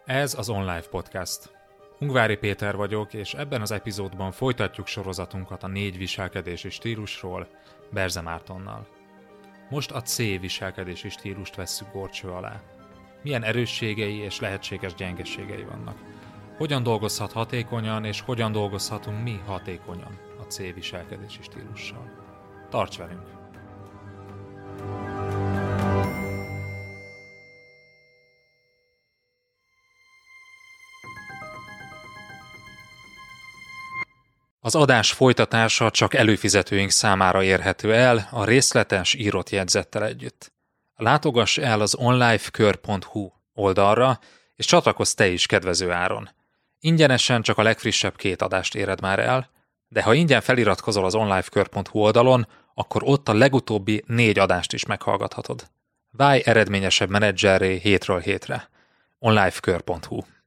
Ez az OnLive Podcast. Ungvári Péter vagyok, és ebben az epizódban folytatjuk sorozatunkat a 4 viselkedési stílusról Berze Mártonnal. Most a C viselkedési stílust vesszük górcső alá. Milyen erősségei és lehetséges gyengeségei vannak? Hogyan dolgozhat hatékonyan, és hogyan dolgozhatunk mi hatékonyan a C viselkedési stílussal? Tarts velünk! Az adás folytatása csak előfizetőink számára érhető el a részletes írott jegyzettel együtt. Látogass el az onlifekör.hu oldalra, és csatlakozz te is kedvező áron. Ingyenesen csak a legfrissebb 2 adást éred már el, de ha ingyen feliratkozol az onlifekör.hu oldalon, akkor ott a legutóbbi 4 adást is meghallgathatod. Válj eredményesebb menedzserré hétről hétre. onlifekör.hu